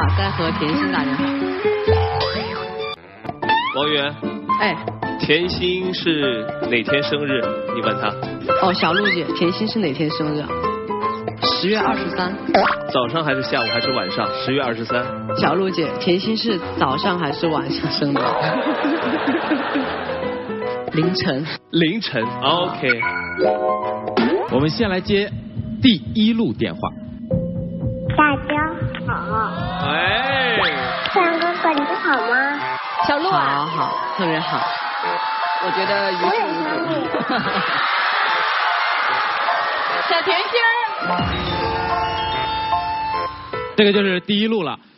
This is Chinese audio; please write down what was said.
吧，该和甜心大人好。 王源， 哎， 甜心是哪天生日？你问他。 哦，小璐姐，甜心是哪天生日？10月23。 早上还是下午还是晚上？10月23。 小璐姐，甜心是早上还是晚上生的？凌晨。 凌晨 ，OK。 我们先来接第一路电话。 大家好。 哎， 山哥哥你好吗？ 小璐啊，好，特别好。我觉得于事无补。小甜心儿。 这个就是第一路了。